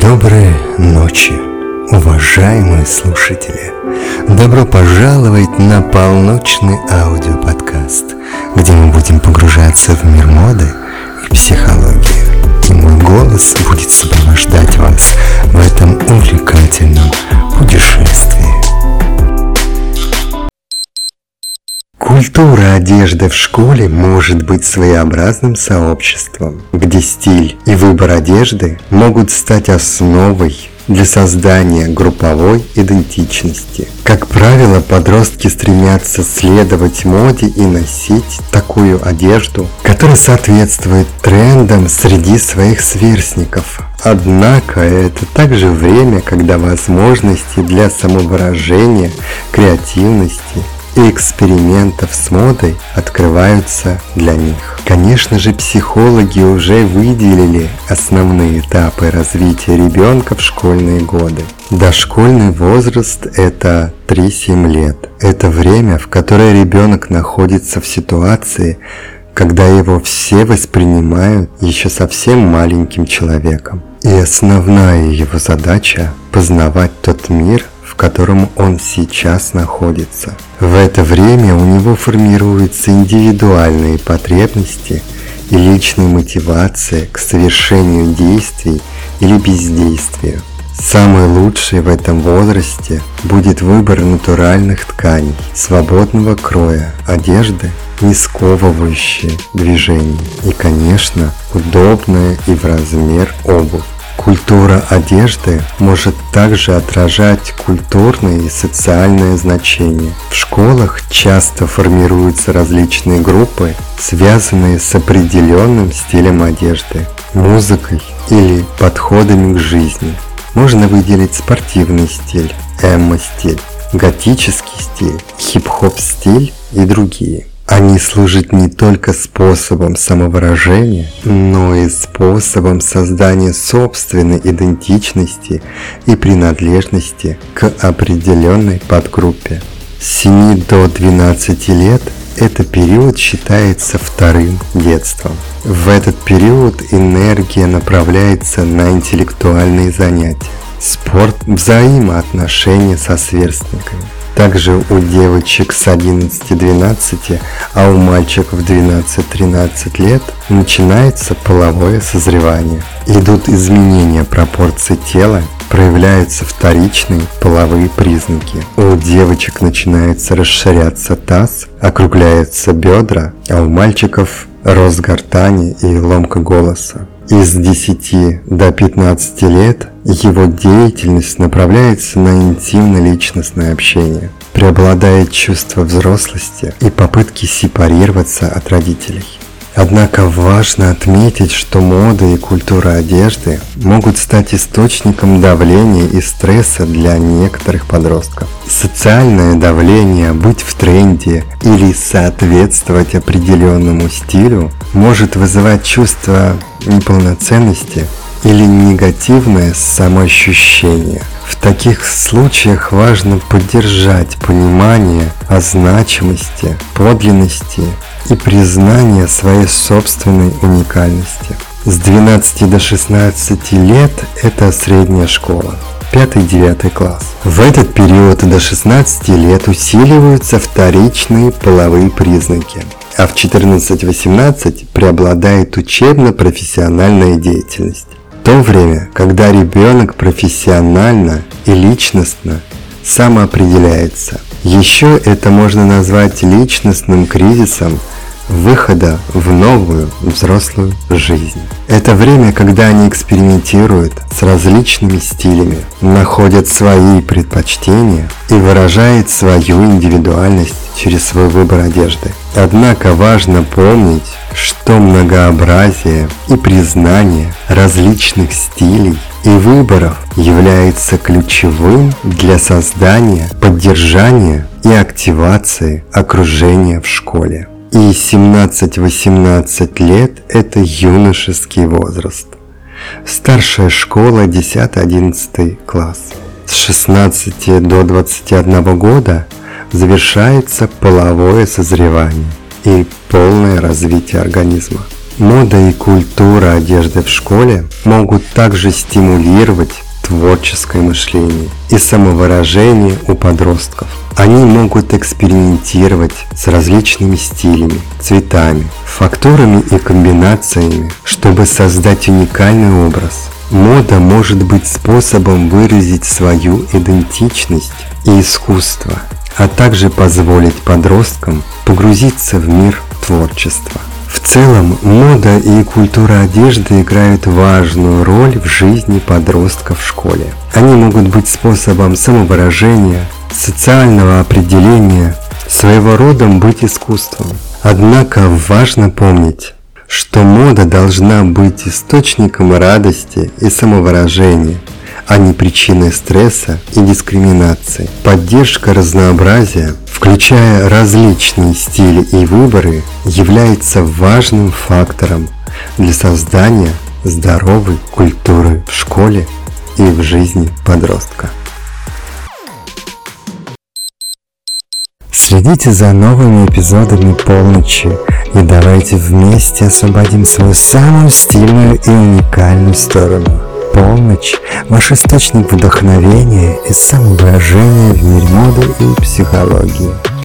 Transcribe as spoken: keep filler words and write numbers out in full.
Доброй ночи, уважаемые слушатели! Добро пожаловать на полночный аудиоподкаст, где мы будем погружаться в мир моды и психологии. И мой голос будет сопровождать вас в этом увлекательном путешествии. Культура одежды в школе может быть своеобразным сообществом, где стиль и выбор одежды могут стать основой для создания групповой идентичности. Как правило, подростки стремятся следовать моде и носить такую одежду, которая соответствует трендам среди своих сверстников. Однако это также время, когда возможности для самовыражения, креативности и экспериментов с модой открываются для них. Конечно же, психологи уже выделили основные этапы развития ребенка в школьные годы. Дошкольный возраст – это три-семь лет. Это время, в которое ребенок находится в ситуации, когда его все воспринимают еще совсем маленьким человеком. И основная его задача – познавать тот мир, в котором он сейчас находится. В это время у него формируются индивидуальные потребности и личные мотивации к совершению действий или бездействию. Самый лучший в этом возрасте будет выбор натуральных тканей, свободного кроя, одежды, не сковывающие движений и, конечно, удобная и в размер обувь. Культура одежды может также отражать культурное и социальное значение. В школах часто формируются различные группы, связанные с определенным стилем одежды, музыкой или подходами к жизни. Можно выделить спортивный стиль, эмо-стиль, готический стиль, хип-хоп-стиль и другие. Они служат не только способом самовыражения, но и способом создания собственной идентичности и принадлежности к определенной подгруппе. С семи до двенадцати лет этот период считается вторым детством. В этот период энергия направляется на интеллектуальные занятия, спорт, взаимоотношения со сверстниками. Также у девочек с одиннадцати-двенадцати, а у мальчиков двенадцать-тринадцать лет начинается половое созревание. Идут изменения пропорций тела, проявляются вторичные половые признаки. У девочек начинается расширяться таз, округляются бедра, а у мальчиков рост гортани и ломка голоса. Из десяти до пятнадцати лет его деятельность направляется на интимно-личностное общение. Преобладает чувство взрослости и попытки сепарироваться от родителей. Однако важно отметить, что мода и культура одежды могут стать источником давления и стресса для некоторых подростков. Социальное давление, быть в тренде или соответствовать определенному стилю, может вызывать чувство неполноценности или негативное самоощущение. В таких случаях важно поддержать понимание о значимости, подлинности и признание своей собственной уникальности. С двенадцати до шестнадцати лет это средняя школа, пятый-девятый класс. В этот период до шестнадцати лет усиливаются вторичные половые признаки, а в четырнадцать-восемнадцать преобладает учебно-профессиональная деятельность. То время, когда ребенок профессионально и личностно самоопределяется. Еще это можно назвать личностным кризисом выхода в новую взрослую жизнь. Это время, когда они экспериментируют с различными стилями, находят свои предпочтения и выражают свою индивидуальность через свой выбор одежды. Однако важно помнить, что многообразие и признание различных стилей и выборов является ключевым для создания, поддержания и активации окружения в школе. И семнадцать-восемнадцать лет – это юношеский возраст. Старшая школа десятый-одиннадцатый класс. С шестнадцати до двадцати одного года завершается половое созревание и полное развитие организма. Мода и культура одежды в школе могут также стимулировать творческое мышление и самовыражение у подростков. Они могут экспериментировать с различными стилями, цветами, фактурами и комбинациями, чтобы создать уникальный образ. Мода может быть способом выразить свою идентичность и искусство, а также позволить подросткам погрузиться в мир творчества. В целом, мода и культура одежды играют важную роль в жизни подростков в школе. Они могут быть способом самовыражения, социального определения, своего рода быть искусством. Однако важно помнить, что мода должна быть источником радости и самовыражения, а не причиной стресса и дискриминации. Поддержка разнообразия, включая различные стили и выборы, является важным фактором для создания здоровой культуры в школе и в жизни подростка. Следите за новыми эпизодами «Полночи» и давайте вместе освободим свою самую стильную и уникальную сторону. Полночь – ваш источник вдохновения и самовыражения в мире моды и психологии.